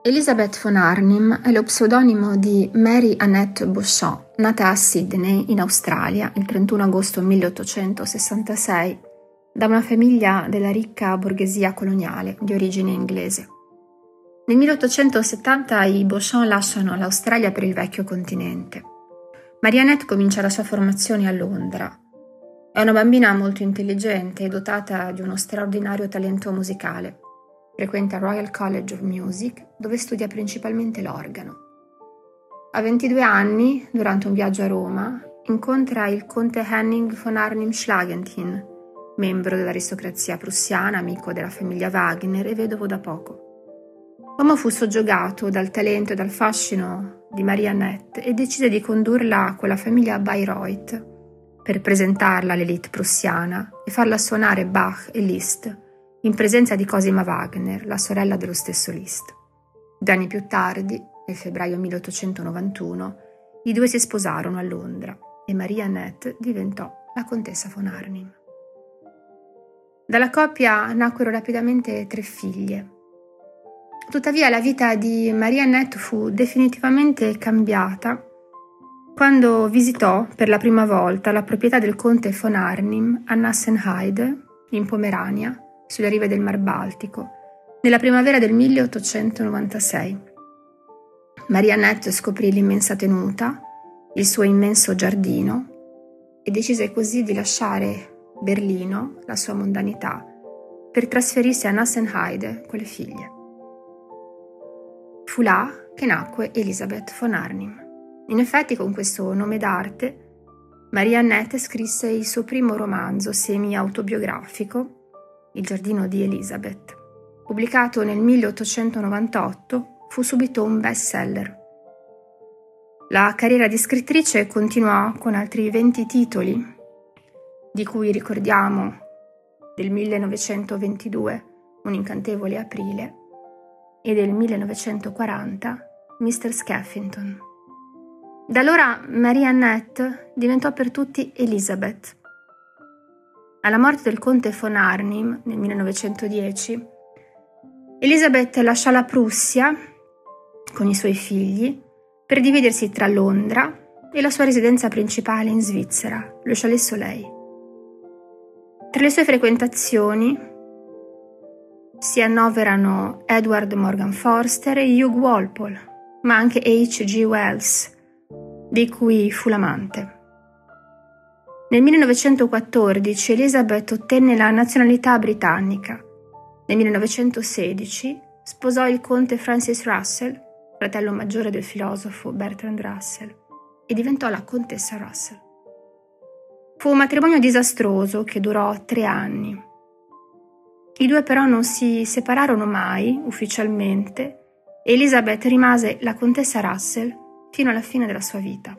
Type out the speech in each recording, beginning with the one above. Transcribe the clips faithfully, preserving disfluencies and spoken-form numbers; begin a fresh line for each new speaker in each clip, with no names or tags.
Elizabeth von Arnim è lo pseudonimo di Mary Annette Beauchamp, nata a Sydney, in Australia, il trentuno agosto milleottocentosessantasei, da una famiglia della ricca borghesia coloniale di origine inglese. Nel milleottocentosettanta i Beauchamp lasciano l'Australia per il vecchio continente. Marie Annette comincia la sua formazione a Londra. È una bambina molto intelligente e dotata di uno straordinario talento musicale. Frequenta il Royal College of Music, dove studia principalmente l'organo. A ventidue anni, durante un viaggio a Roma, incontra il conte Henning von Arnim-Schlagentin, membro dell'aristocrazia prussiana, amico della famiglia Wagner e vedovo da poco. L'uomo fu soggiogato dal talento e dal fascino di Marie Annette e decise di condurla con la famiglia Bayreuth per presentarla all'elite prussiana e farla suonare Bach e Liszt in presenza di Cosima Wagner, la sorella dello stesso Liszt. Due anni più tardi, nel febbraio milleottocentonovantuno, i due si sposarono a Londra e Marie Annette diventò la contessa von Arnim. Dalla coppia nacquero rapidamente tre figlie. Tuttavia la vita di Marie Annette fu definitivamente cambiata quando visitò per la prima volta la proprietà del conte von Arnim a Nassenheide, in Pomerania, sulle rive del Mar Baltico, nella primavera del milleottocentonovantasei. Marie Annette scoprì l'immensa tenuta, il suo immenso giardino e decise così di lasciare Berlino, la sua mondanità, per trasferirsi a Nassenheide con le figlie. Fu là che nacque Elizabeth von Arnim. In effetti, con questo nome d'arte, Marie Annette scrisse il suo primo romanzo semi-autobiografico, Il giardino di Elizabeth. Pubblicato nel milleottocentonovantotto, fu subito un bestseller. La carriera di scrittrice continuò con altri venti titoli, di cui ricordiamo del millenovecentoventidue Un incantevole aprile e del millenovecentoquaranta mister Skeffington. Da allora Marie Annette diventò per tutti Elizabeth. Alla morte del conte von Arnim nel millenovecentodieci, Elizabeth lasciò la Prussia con i suoi figli per dividersi tra Londra e la sua residenza principale in Svizzera, lo Chalet Soleil. Tra le sue frequentazioni si annoverano Edward Morgan Forster e Hugh Walpole, ma anche H G Wells, di cui fu l'amante. Nel millenovecentoquattordici Elizabeth ottenne la nazionalità britannica. Nel millenovecentosedici sposò il conte Francis Russell, fratello maggiore del filosofo Bertrand Russell, e diventò la contessa Russell. Fu un matrimonio disastroso che durò tre anni. I due però non si separarono mai ufficialmente e Elizabeth rimase la contessa Russell fino alla fine della sua vita.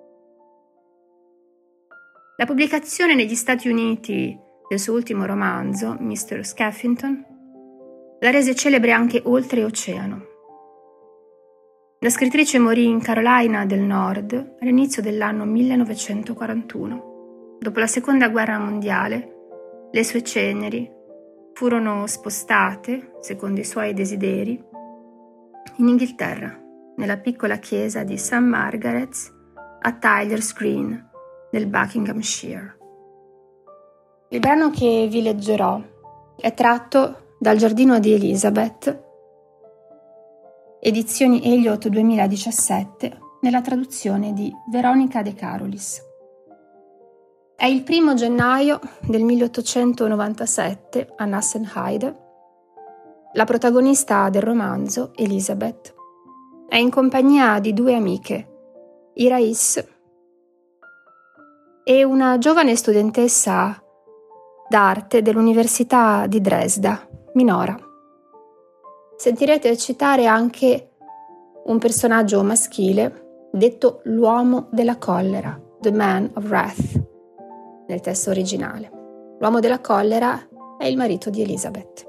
La pubblicazione negli Stati Uniti del suo ultimo romanzo, mister Skeffington, la rese celebre anche oltreoceano. La scrittrice morì in Carolina del Nord all'inizio dell'anno millenovecentoquarantuno. Dopo la Seconda Guerra Mondiale, le sue ceneri furono spostate, secondo i suoi desideri, in Inghilterra, nella piccola chiesa di Saint Margaret's a Tyler's Green, nel Buckinghamshire. Il brano che vi leggerò è tratto dal Giardino di Elizabeth, edizioni Eliot duemiladiciassette, nella traduzione di Veronica De Carolis. È il primo gennaio del milleottocentonovantasette a Nassenheide. La protagonista del romanzo, Elizabeth, è in compagnia di due amiche, Irais e una giovane studentessa d'arte dell'Università di Dresda, Minora. Sentirete citare anche un personaggio maschile detto l'uomo della collera, The Man of Wrath, nel testo originale. L'uomo della collera è il marito di Elizabeth.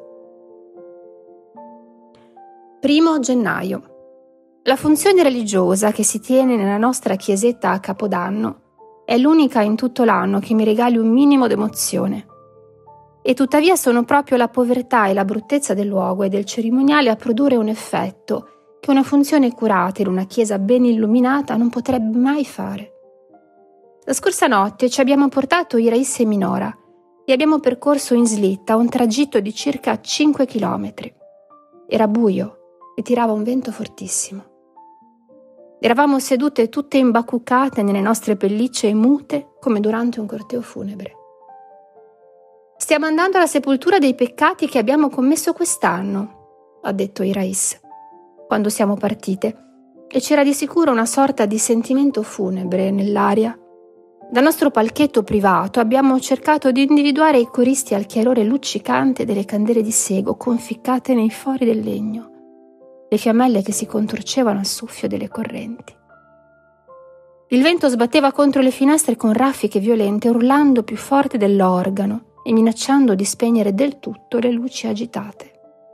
Primo gennaio. La funzione religiosa che si tiene nella nostra chiesetta a Capodanno è l'unica in tutto l'anno che mi regali un minimo d'emozione. E tuttavia sono proprio la povertà e la bruttezza del luogo e del cerimoniale a produrre un effetto che una funzione curata in una chiesa ben illuminata non potrebbe mai fare. La scorsa notte ci abbiamo portato Irais e Minora e abbiamo percorso in slitta un tragitto di circa cinque chilometri. Era buio e tirava un vento fortissimo. Eravamo sedute tutte imbacuccate nelle nostre pellicce e mute come durante un corteo funebre. «Stiamo andando alla sepoltura dei peccati che abbiamo commesso quest'anno», ha detto Irais, quando siamo partite, e c'era di sicuro una sorta di sentimento funebre nell'aria. Dal nostro palchetto privato abbiamo cercato di individuare i coristi al chiarore luccicante delle candele di sego conficcate nei fori del legno, le fiammelle che si contorcevano al soffio delle correnti. Il vento sbatteva contro le finestre con raffiche violente, urlando più forte dell'organo e minacciando di spegnere del tutto le luci agitate.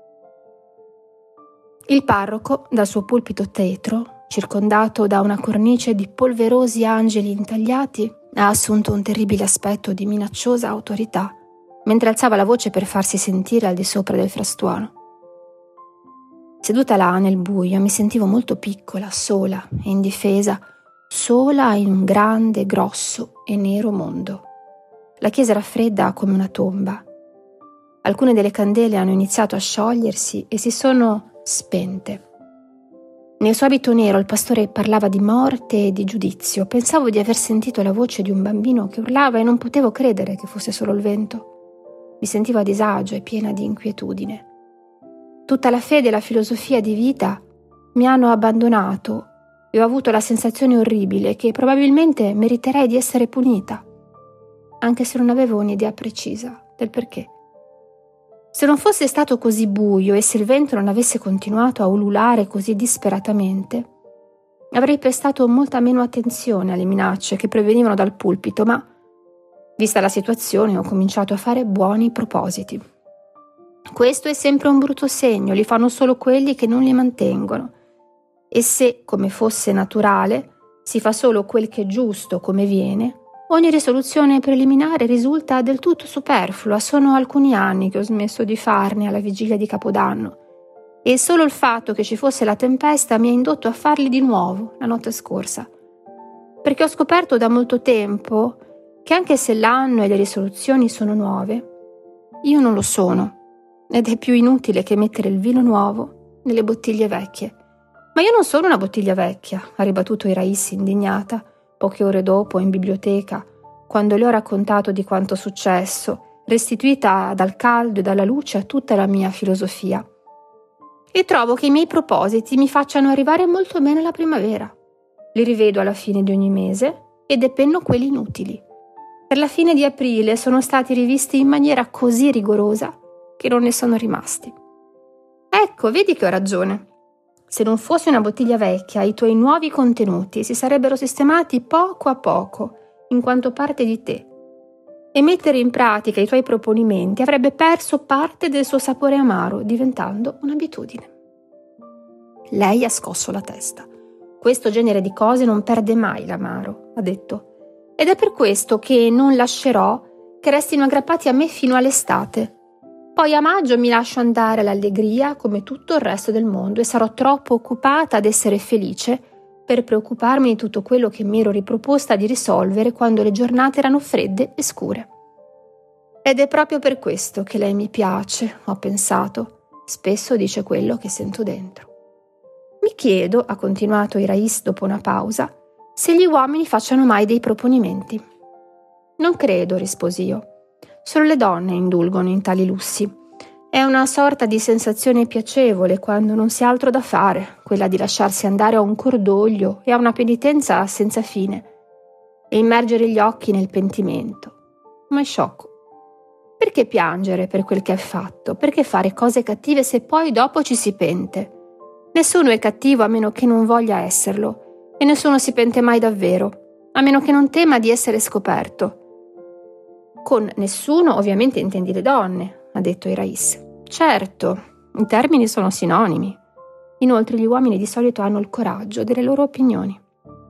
Il parroco, dal suo pulpito tetro, circondato da una cornice di polverosi angeli intagliati, ha assunto un terribile aspetto di minacciosa autorità, mentre alzava la voce per farsi sentire al di sopra del frastuono. Seduta là nel buio mi sentivo molto piccola, sola e indifesa, sola in un grande, grosso e nero mondo. La chiesa era fredda come una tomba. Alcune delle candele hanno iniziato a sciogliersi e si sono spente. Nel suo abito nero il pastore parlava di morte e di giudizio. Pensavo di aver sentito la voce di un bambino che urlava e non potevo credere che fosse solo il vento. Mi sentivo a disagio e piena di inquietudine. Tutta la fede e la filosofia di vita mi hanno abbandonato e ho avuto la sensazione orribile che probabilmente meriterei di essere punita, anche se non avevo un'idea precisa del perché. Se non fosse stato così buio e se il vento non avesse continuato a ululare così disperatamente, avrei prestato molta meno attenzione alle minacce che provenivano dal pulpito, ma, vista la situazione, ho cominciato a fare buoni propositi. Questo è sempre un brutto segno, li fanno solo quelli che non li mantengono. E se, come fosse naturale, si fa solo quel che è giusto come viene, ogni risoluzione preliminare risulta del tutto superflua. Sono alcuni anni che ho smesso di farne alla vigilia di Capodanno e solo il fatto che ci fosse la tempesta mi ha indotto a farli di nuovo la notte scorsa, perché ho scoperto da molto tempo che anche se l'anno e le risoluzioni sono nuove, io non lo sono ed è più inutile che mettere il vino nuovo nelle bottiglie vecchie. Ma io non sono una bottiglia vecchia, ha ribattuto Irais indignata, poche ore dopo, in biblioteca, quando le ho raccontato di quanto successo, restituita dal caldo e dalla luce a tutta la mia filosofia. E trovo che i miei propositi mi facciano arrivare molto bene la primavera. Li rivedo alla fine di ogni mese e depenno quelli inutili. Per la fine di aprile sono stati rivisti in maniera così rigorosa che non ne sono rimasti. Ecco, vedi che ho ragione. Se non fossi una bottiglia vecchia, i tuoi nuovi contenuti si sarebbero sistemati poco a poco, in quanto parte di te, e mettere in pratica i tuoi proponimenti avrebbe perso parte del suo sapore amaro, diventando un'abitudine. Lei ha scosso la testa. Questo genere di cose non perde mai l'amaro, ha detto, ed è per questo che non lascerò che restino aggrappati a me fino all'estate. Poi a maggio mi lascio andare all'allegria come tutto il resto del mondo e sarò troppo occupata ad essere felice per preoccuparmi di tutto quello che mi ero riproposta di risolvere quando le giornate erano fredde e scure. Ed è proprio per questo che lei mi piace, ho pensato. Spesso dice quello che sento dentro. Mi chiedo, ha continuato Irais dopo una pausa, se gli uomini facciano mai dei proponimenti. Non credo, risposi io. Solo le donne indulgono in tali lussi. È una sorta di sensazione piacevole quando non si ha altro da fare, quella di lasciarsi andare a un cordoglio e a una penitenza senza fine e immergere gli occhi nel pentimento. Ma è sciocco. Perché piangere per quel che è fatto? Perché fare cose cattive se poi dopo ci si pente? Nessuno è cattivo a meno che non voglia esserlo e nessuno si pente mai davvero, a meno che non tema di essere scoperto. Con nessuno ovviamente intendi le donne, ha detto Irais. Certo, i termini sono sinonimi. Inoltre gli uomini di solito hanno il coraggio delle loro opinioni.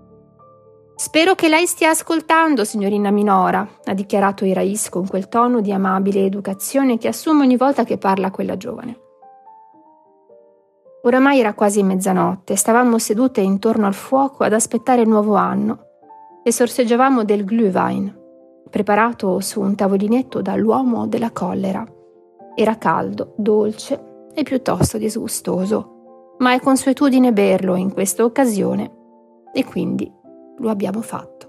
Spero che lei stia ascoltando, signorina Minora, ha dichiarato Irais con quel tono di amabile educazione che assume ogni volta che parla quella giovane. Oramai era quasi mezzanotte, stavamo sedute intorno al fuoco ad aspettare il nuovo anno e sorseggiavamo del Glühwein, preparato su un tavolinetto dall'uomo della collera. Era caldo, dolce e piuttosto disgustoso, ma è consuetudine berlo in questa occasione e quindi lo abbiamo fatto.